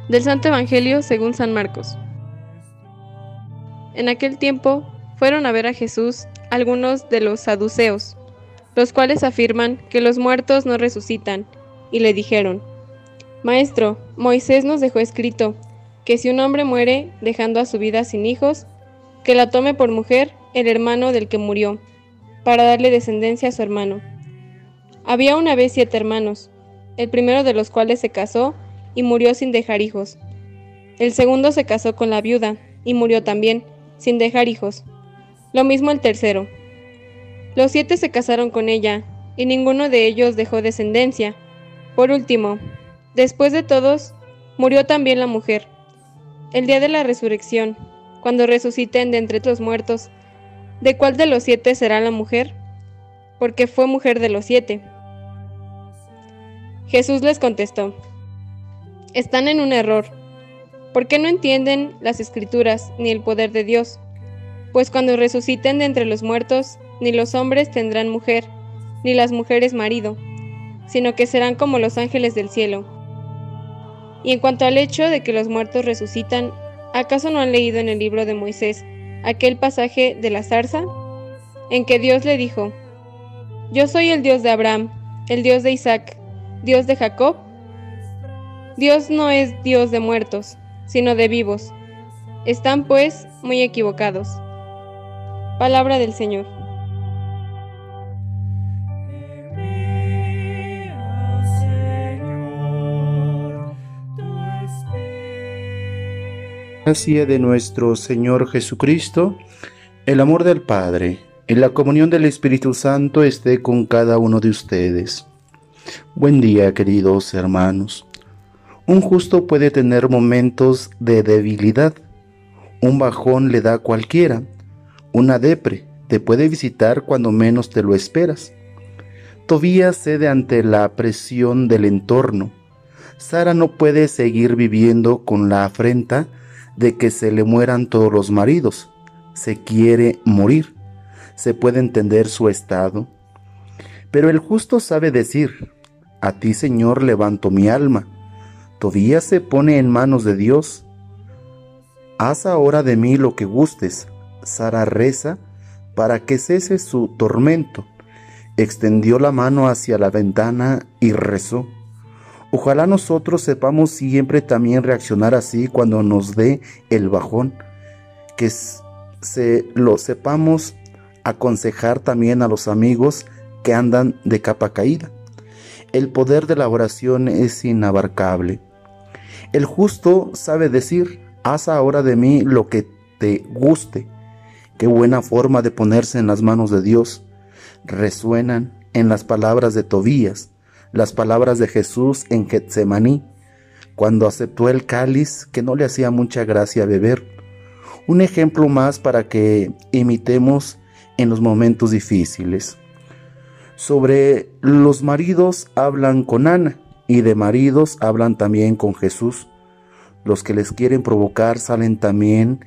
Del Santo Evangelio según San Marcos. En aquel tiempo fueron a ver a Jesús algunos de los saduceos, los cuales afirman que los muertos no resucitan, y le dijeron: Maestro, Moisés nos dejó escrito que si un hombre muere dejando a su vida sin hijos, que la tome por mujer el hermano del que murió, para darle descendencia a su hermano. Había una vez 7 hermanos, el primero de los cuales se casó y murió sin dejar hijos. El segundo se casó con la viuda y murió también, sin dejar hijos. Lo mismo el tercero. Los 7 se casaron con ella, y ninguno de ellos dejó descendencia. Por último, después de todos, murió también la mujer. El día de la resurrección, cuando resuciten de entre los muertos, ¿de cuál de los 7 será la mujer? Porque fue mujer de los 7. Jesús les contestó: Están en un error. ¿Por qué no entienden las Escrituras ni el poder de Dios? Pues cuando resuciten de entre los muertos, ni los hombres tendrán mujer, ni las mujeres marido, sino que serán como los ángeles del cielo. Y en cuanto al hecho de que los muertos resucitan, ¿acaso no han leído en el libro de Moisés aquel pasaje de la zarza, en que Dios le dijo: Yo soy el Dios de Abraham, el Dios de Isaac, Dios de Jacob? Dios no es Dios de muertos, sino de vivos. Están, pues, muy equivocados. Palabra del Señor. Gracia de nuestro Señor Jesucristo, el amor del Padre y la comunión del Espíritu Santo esté con cada uno de ustedes. Buen día, queridos hermanos. Un justo puede tener momentos de debilidad. Un bajón le da a cualquiera. Una depre te puede visitar cuando menos te lo esperas. Tobías cede ante la presión del entorno. Sara no puede seguir viviendo con la afrenta de que se le mueran todos los maridos. Se quiere morir. Se puede entender su estado. Pero el justo sabe decir: A ti, Señor, levanto mi alma. Tobías se pone en manos de Dios. Haz ahora de mí lo que gustes. Sara reza para que cese su tormento. Extendió la mano hacia la ventana y rezó. Ojalá nosotros sepamos siempre también reaccionar así cuando nos dé el bajón, que lo sepamos aconsejar también a los amigos que andan de capa caída. El poder de la oración es inabarcable. El justo sabe decir: haz ahora de mí lo que te guste. Qué buena forma de ponerse en las manos de Dios. Resuenan en las palabras de Tobías, las palabras de Jesús en Getsemaní, cuando aceptó el cáliz que no le hacía mucha gracia beber. Un ejemplo más para que imitemos en los momentos difíciles. Sobre los maridos hablan con Ana, y de maridos hablan también con Jesús. Los que les quieren provocar salen también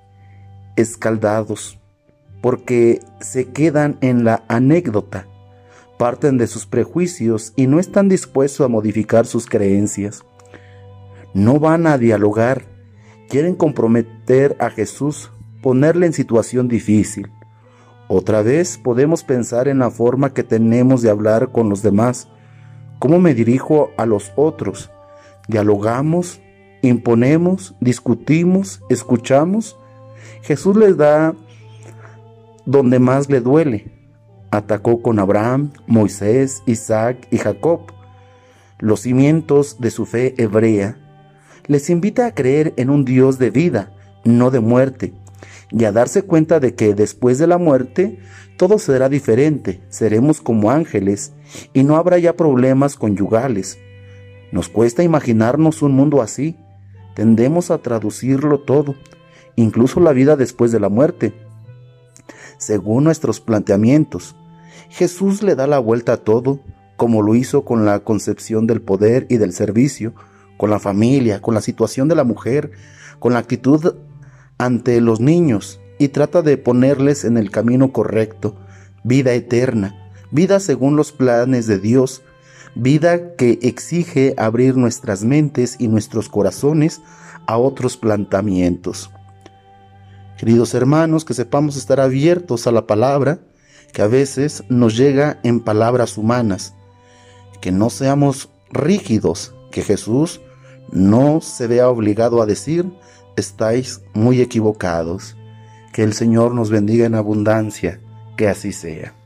escaldados, porque se quedan en la anécdota, parten de sus prejuicios y no están dispuestos a modificar sus creencias. No van a dialogar, quieren comprometer a Jesús, ponerle en situación difícil. Otra vez podemos pensar en la forma que tenemos de hablar con los demás. ¿Cómo me dirijo a los otros? ¿Dialogamos? ¿Imponemos? ¿Discutimos? ¿Escuchamos? Jesús les da donde más le duele. Atacó con Abraham, Moisés, Isaac y Jacob, los cimientos de su fe hebrea. Les invita a creer en un Dios de vida, no de muerte, y a darse cuenta de que después de la muerte todo será diferente. Seremos como ángeles y no habrá ya problemas conyugales. Nos cuesta imaginarnos un mundo así. Tendemos a traducirlo todo, incluso la vida después de la muerte, según nuestros planteamientos. Jesús le da la vuelta a todo, como lo hizo con la concepción del poder y del servicio, con la familia, con la situación de la mujer, con la actitud ante los niños, y trata de ponerles en el camino correcto, vida eterna, vida según los planes de Dios, vida que exige abrir nuestras mentes y nuestros corazones a otros planteamientos. Queridos hermanos, que sepamos estar abiertos a la palabra, que a veces nos llega en palabras humanas, que no seamos rígidos, que Jesús no se vea obligado a decir: estáis muy equivocados. Que el Señor nos bendiga en abundancia, que así sea.